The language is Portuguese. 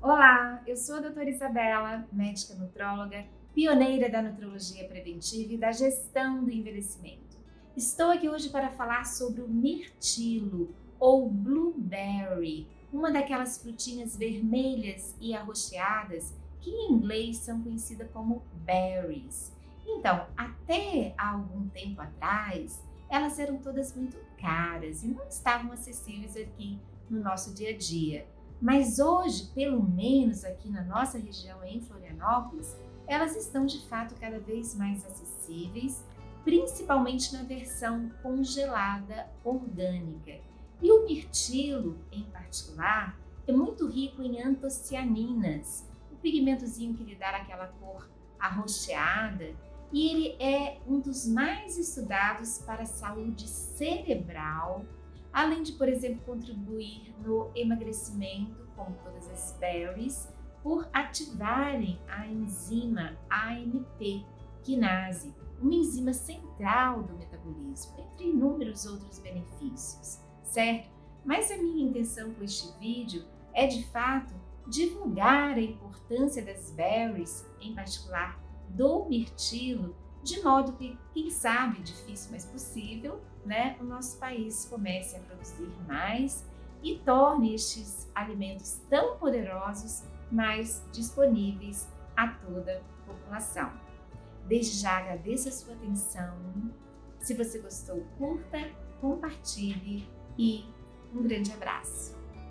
Olá, eu sou a doutora Isabela, médica nutróloga, pioneira da nutrologia preventiva e da gestão do envelhecimento. Estou aqui hoje para falar sobre o mirtilo ou blueberry, uma daquelas frutinhas vermelhas e arroxeadas que em inglês são conhecidas como berries. Então, até há algum tempo atrás, elas eram todas muito caras e não estavam acessíveis aqui no nosso dia a dia. Mas hoje, pelo menos aqui na nossa região em Florianópolis, elas estão de fato cada vez mais acessíveis, principalmente na versão congelada orgânica. E o mirtilo, em particular, é muito rico em antocianinas, o pigmentozinho que lhe dá aquela cor arroxeada, e ele é um dos mais estudados para a saúde cerebral, além de, por exemplo, contribuir no emagrecimento, como todas as berries, por ativarem a enzima AMP quinase, uma enzima central do metabolismo, entre inúmeros outros benefícios, certo? Mas a minha intenção com este vídeo é, de fato, divulgar a importância das berries, em particular do mirtilo, de modo que, quem sabe, difícil, mas possível, o nosso país comece a produzir mais e torne estes alimentos tão poderosos mais disponíveis a toda a população. Desde já agradeço a sua atenção. Se você gostou, curta, compartilhe e um grande abraço.